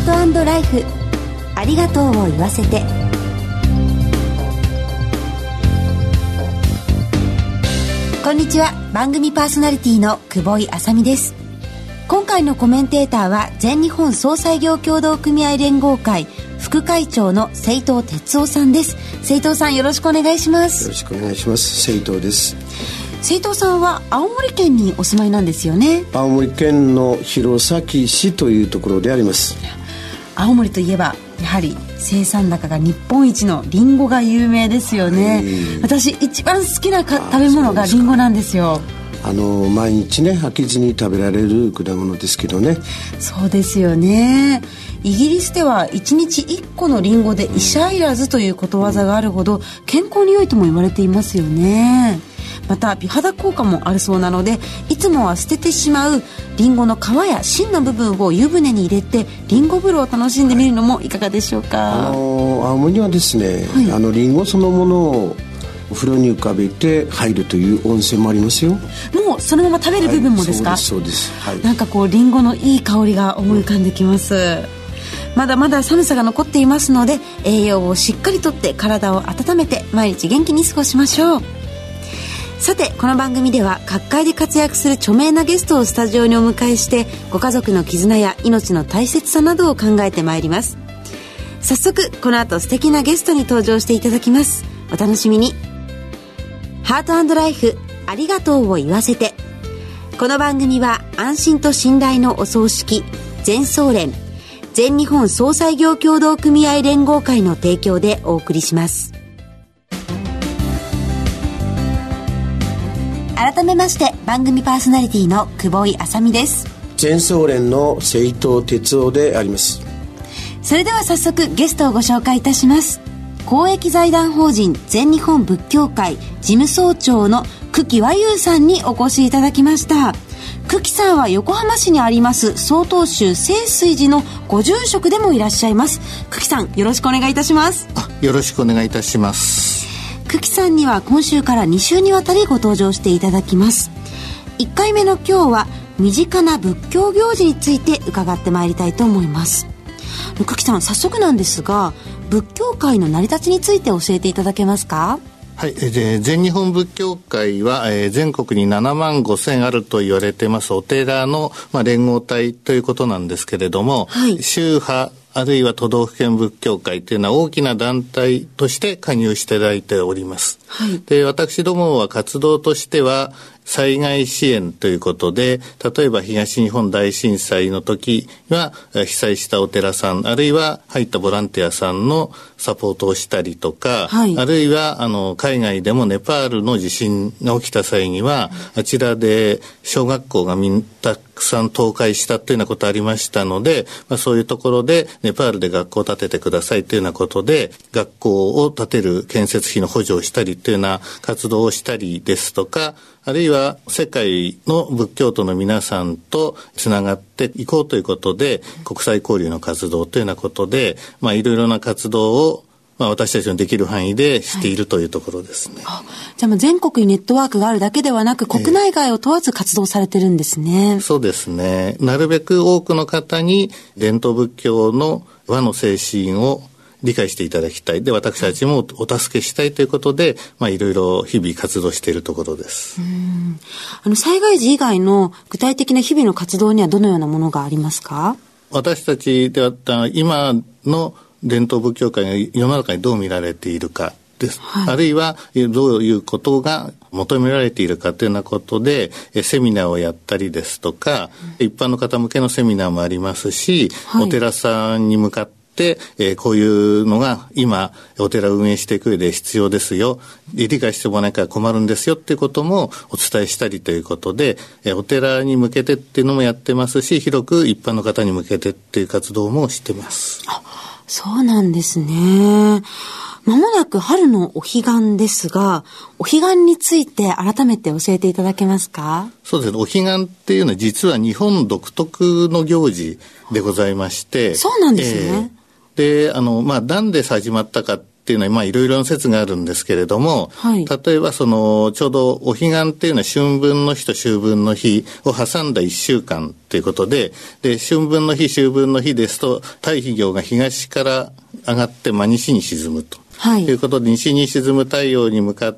ート&ライフ、ありがとうを言わせて。こんにちは。番組パーソナリティの久保井あさみです。今回のコメンテーターは全日本総裁業協同組合連合会副会長の瀬藤哲夫さんです。瀬藤さん、よろしくお願いします。 よろしくお願いします。瀬藤です。 瀬藤さんは青森県にお住まいなんですよね。 青森県の弘前市というところであります。 青森といえばやはり生産高が日本一のリンゴが有名ですよね。私一番好きな食べ物がリンゴなんですよ。 毎日ね飽きずに食べられる果物ですけどね。 そうですよね。イギリスでは1日1個のリンゴで医者いらずということわざがあるほど健康に良いとも言われていますよね。また美肌効果もあるそうなので、いつもは捨ててしまうリンゴの皮や芯の部分を湯船に入れてリンゴ風呂を楽しんでみるのもいかがでしょうか。 青森にはですね、リンゴそのものをお風呂に浮かべて入るという温泉もありますよ。 もうそのまま食べる部分もですか。 そうです、 なんかこうリンゴのいい香りが思い浮かんできます。まだまだ寒さが残っていますので、栄養をしっかりとって体を温めて毎日元気に過ごしましょう。さて、この番組では各界で活躍する著名なゲストをスタジオにお迎えして、ご家族の絆や命の大切さなどを考えてまいります。早速この後素敵なゲストに登場していただきます。お楽しみに。ハート&ライフ、ありがとうを言わせて。この番組は安心と信頼のお葬式全総連、全日本総裁業協同組合連合会の提供でお送りします。改めまして番組パーソナリティの久保井あさみです。 全総連の瀬藤哲夫であります。 それでは早速ゲストをご紹介いたします。公益財団法人全日本仏教会事務総長の久喜和雄さんにお越しいただきました。久喜さんは横浜市にあります曹洞宗清水寺のご住職でもいらっしゃいます。久喜さん、よろしくお願いいたします。 よろしくお願いいたします。 久喜さんには今週から2週にわたりご登場していただきます。1回目の今日は身近な仏教行事について伺ってまいりたいと思います。久喜さん、早速なんですが仏教界の成り立ちについて教えていただけますか。 はい、全日本仏教会は、全国に7万5千あると言われてますお寺の、連合体ということなんですけれども、宗派あるいは都道府県仏教会というのは大きな団体として加入していただいております。で、私どもは活動としては災害支援ということで、例えば東日本大震災の時は被災したお寺さんあるいは入ったボランティアさんのサポートをしたりとか、あるいは海外でもネパールの地震が起きた際には、あちらで小学校がたくさん倒壊したというようなことありましたので、そういうところでネパールで学校を建ててくださいというようなことで学校を建てる建設費の補助をしたりというような活動をしたりですとか、あるいは世界の仏教徒の皆さんとつながっていこうということで国際交流の活動というようなことで、いろいろな活動を私たちのできる範囲でしているというところですね。 じゃあ全国にネットワークがあるだけではなく、国内外を問わず活動されてるんですね。 そうですね。なるべく多くの方に伝統仏教の和の精神を理解していただきたい。で、私たちもお助けしたいということで、いろいろ日々活動しているところです。 災害時以外の具体的な日々の活動にはどのようなものがありますか。 私たちでは今の伝統仏教界が世の中にどう見られているかです、あるいはどういうことが求められているかというようなことでセミナーをやったりですとか、一般の方向けのセミナーもありますし、お寺さんに向かってこういうのが今お寺を運営していく上で必要ですよ、理解してもらわないから困るんですよっていうこともお伝えしたりということで、お寺に向けてっていうのもやってますし、広く一般の方に向けてっていう活動もしてます。 そうなんですね。まもなく春のお彼岸ですが、お彼岸について改めて教えていただけますか。 そうですね。お彼岸っていうのは実は日本独特の行事でございまして。 そうなんですね。 で、なんで始まったかってっていうのは、いろいろな説があるんですけれども、はい、例えばちょうどお彼岸っていうのは春分の日と秋分の日を挟んだ1週間ということで、春分の日、秋分の日ですと、太陽が東から上がって、西に沈むと、はい、いうことで、西に沈む太陽に向かって、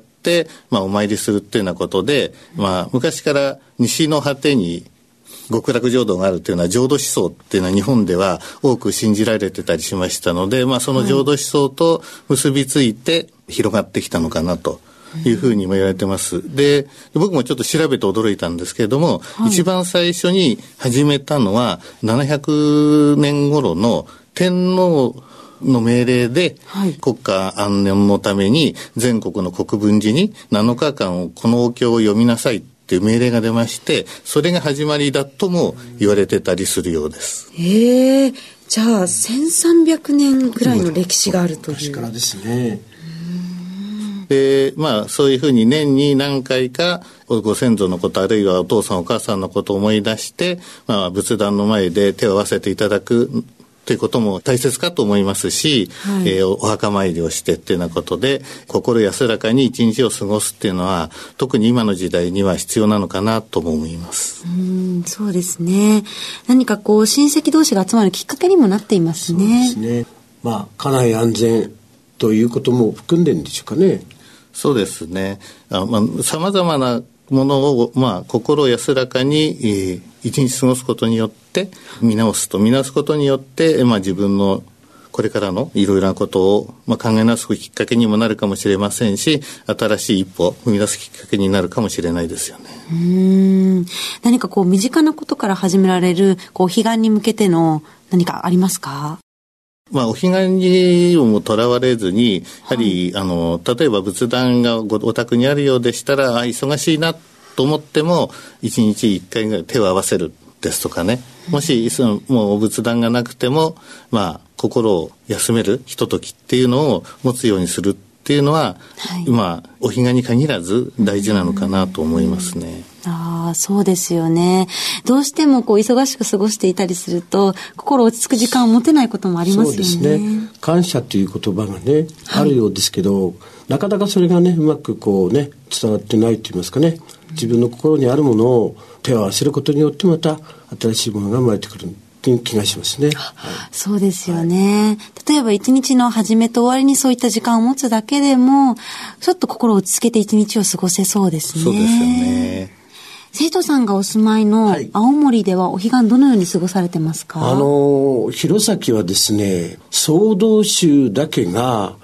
お参りするっていうようなことで、昔から西の果てに極楽浄土があるというのは浄土思想っていうのは日本では多く信じられてたりしましたので、その浄土思想と結びついて広がってきたのかなというふうにも言われてます。で、僕もちょっと調べて驚いたんですけれども、はい、一番最初に始めたのは700年頃の天皇の命令で、国家安寧のために全国の国分寺に7日間このお経を読みなさいという命令が出まして、それが始まりだとも言われてたりするようです。 じゃあ1300年ぐらいの歴史があるという。 昔からですね。 で、そういうふうに年に何回かご先祖のこと、あるいはお父さんお母さんのことを思い出して、仏壇の前で手を合わせていただくということも大切かと思いますし、はい、お墓参りをしてっていうようなことで心安らかに一日を過ごすっていうのは特に今の時代には必要なのかなとも思います。 そうですね。何か親戚同士が集まるきっかけにもなっていますね。 そうですね。家内安全ということも含んでるんでしょうかね。 そうですね。様々なものを、心安らかに、一日過ごすことによって見直すことによって、自分のこれからのいろいろなことを、考え直すきっかけにもなるかもしれませんし、新しい一歩を踏み出すきっかけになるかもしれないですよね。 何か身近なことから始められる彼岸に向けての何かありますか？ お彼岸にもとらわれずに、やはり、例えば仏壇がお宅にあるようでしたら、忙しいなと思っても、一日一回ぐらい手を合わせるですとかね。もし、もう仏壇がなくても、心を休めるひとときっていうのを持つようにするっていうのは、お彼岸に限らず大事なのかなと思いますね。 そうですよね。どうしても忙しく過ごしていたりすると心落ち着く時間を持てないこともありますよね。 そうですね。感謝という言葉がね、あるようですけど、なかなかそれがねうまく伝わってないと言いますかね。自分の心にあるものを手を合わせることによってまた新しいものが生まれてくるという気がしますね。 そうですよね。例えば一日の始めと終わりにそういった時間を持つだけでもちょっと心を落ち着けて一日を過ごせそうですね。 そうですよね。 生徒さんがお住まいの青森ではお彼岸どのように過ごされてますか？ 弘前はですね、総道宗だけが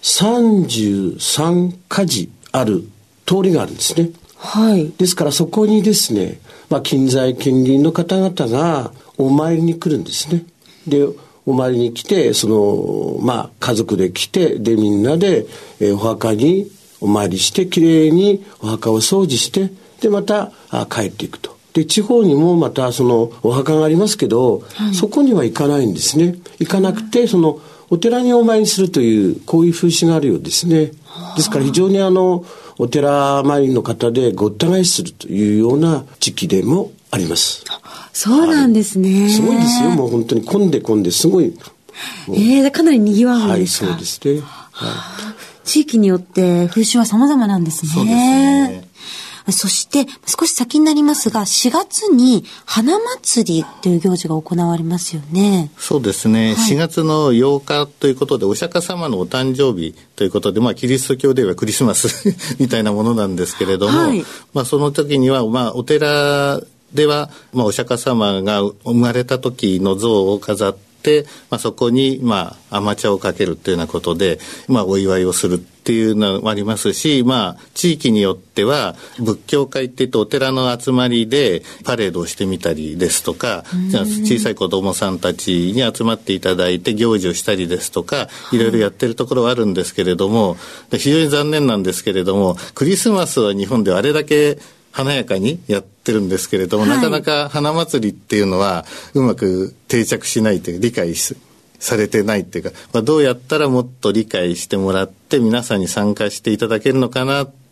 33家寺ある通りがあるんですね。はい。ですからそこにですね、近在近隣の方々がお参りに来るんですね。で、お参りに来て、家族で来て、で、みんなで、お墓にお参りして、きれいにお墓を掃除して、で、また帰っていくと。で、地方にもまたお墓がありますけど、そこには行かないんですね。行かなくて、お寺にお参りするという、こういう風習があるようですね。ですから非常にお寺参りの方でごった返しするというような時期でもあります。 そうなんですね。 すごいですよ。もう本当に混んですごい。 かなり賑わうんですか？ そうですね。 地域によって風習は様々なんですね。 そうですね。 そして少し先になりますが、4月に花祭りという行事が行われますよね。 そうですね、4月の8日ということでお釈迦様のお誕生日ということで、キリスト教ではクリスマスみたいなものなんですけれども、その時にはお寺では、お釈迦様が生まれた時の像を飾って、そこに甘茶をかけるというようなことで、お祝いをするっていうのもありますし、地域によっては仏教会っていってお寺の集まりでパレードをしてみたりですとか、小さい子どもさんたちに集まっていただいて行事をしたりですとか、いろいろやってるところはあるんですけれども、非常に残念なんですけれども、クリスマスは日本ではあれだけ華やかにやってるんですけれども、なかなか花祭りっていうのはうまく定着しないという、理解されてないっていうか、どうやったらもっと理解してもらって皆さんに参加していただけるのかなっ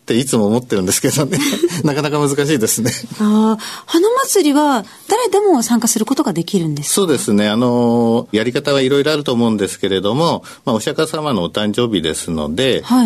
っていつも思ってるんですけどねなかなか難しいですね。 花祭りは誰でも参加することができるんですか？ そうですね。やり方はいろいろあると思うんですけれども、お釈迦様のお誕生日ですので、はい、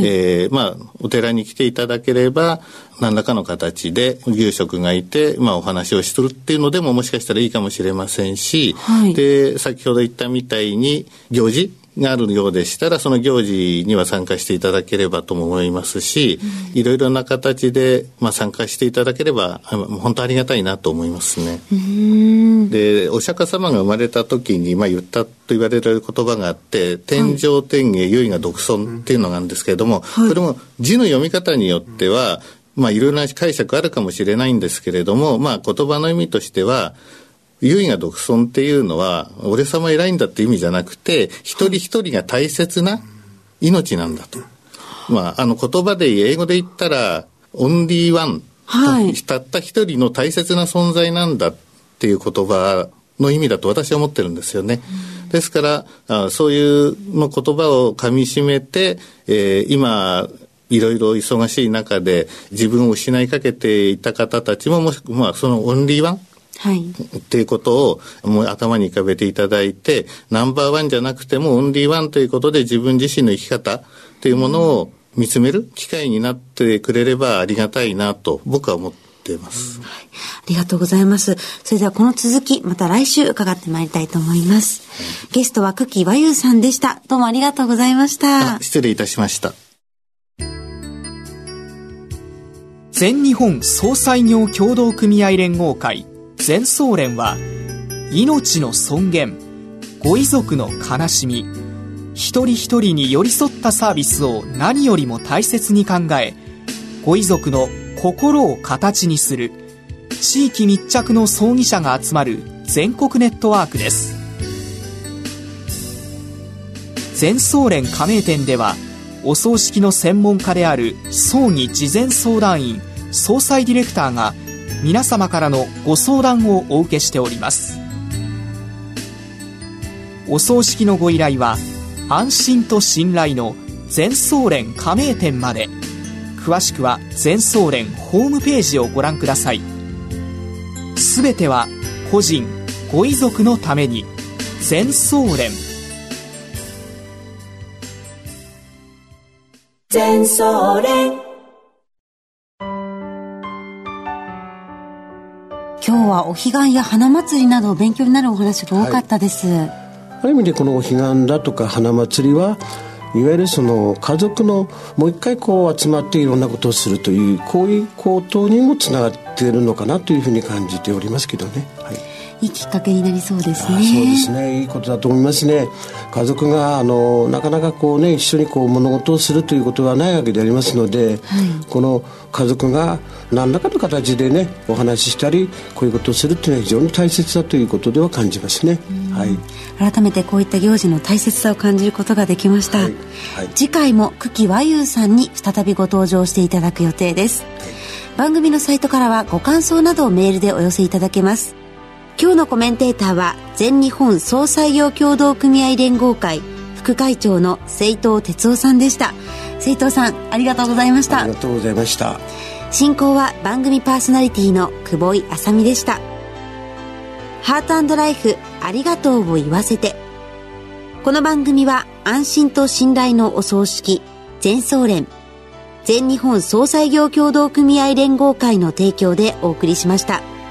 お寺に来ていただければ何らかの形で住職がいて、お話をするっていうのでももしかしたらいいかもしれませんし、はい、で先ほど言ったみたいに行事があるようでしたらその行事には参加していただければとも思いますし、いろいろな形で、参加していただければ本当ありがたいなと思いますね。でお釈迦様が生まれた時に、言ったと言われる言葉があって天上天下唯我独尊っていうのがあるんですけれども、はい、それも字の読み方によってはいろいろな解釈あるかもしれないんですけれども、言葉の意味としては唯我独尊っていうのは俺様偉いんだって意味じゃなくて一人一人が大切な命なんだと、言葉で英語で言ったらオンリーワン、はい、たった一人の大切な存在なんだっていう言葉の意味だと私は思ってるんですよね。ですからそういうの言葉をかみしめて、今いろいろ忙しい中で自分を失いかけていた方たちもそのオンリーワンはい、っていうことをもう頭に浮かべていただいてナンバーワンじゃなくてもオンリーワンということで自分自身の生き方というものを見つめる機会になってくれればありがたいなと僕は思っています、 はい、ありがとうございます。それではこの続きまた来週伺ってまいりたいと思います、はい、ゲストは久喜和優さんでした。どうもありがとうございました。 失礼いたしました。 全日本総裁業協同組合連合会全総連は命の尊厳、ご遺族の悲しみ、一人一人に寄り添ったサービスを何よりも大切に考え、ご遺族の心を形にする地域密着の葬儀社が集まる全国ネットワークです。全総連加盟店ではお葬式の専門家である葬儀事前相談員、総裁ディレクターが皆様からのご相談をお受けしております。お葬式のご依頼は安心と信頼の全総連加盟店まで。詳しくは全総連ホームページをご覧ください。すべては個人ご遺族のために。全総連。 全総連。今日はお彼岸や花祭りなど勉強になるお話が多かったです、はい、 ある意味でこのお彼岸だとか花祭りはいわゆるその家族のもう一回集まっていろんなことをするというこういう行動にもつながっているのかなというふうに感じておりますけどね、はい、 いいきっかけになりそうですね。 そうですね、いいことだと思いますね。家族がなかなか一緒に物事をするということはないわけでありますので、はい、この家族が何らかの形でねお話ししたりこういうことをするというのは非常に大切だということでは感じますね、はい、 改めてこういった行事の大切さを感じることができました、はいはい、次回も久喜和優さんに再びご登場していただく予定です、はい、番組のサイトからはご感想などをメールでお寄せいただけます。今日のコメンテーターは全日本総裁業協同組合連合会副会長の清藤哲夫さんでした。清藤さんありがとうございました。 ありがとうございました。 進行は番組パーソナリティの久保井あさみでした。ハート&ライフありがとうを言わせて。この番組は安心と信頼のお葬式全総連全日本総裁業協同組合連合会の提供でお送りしました。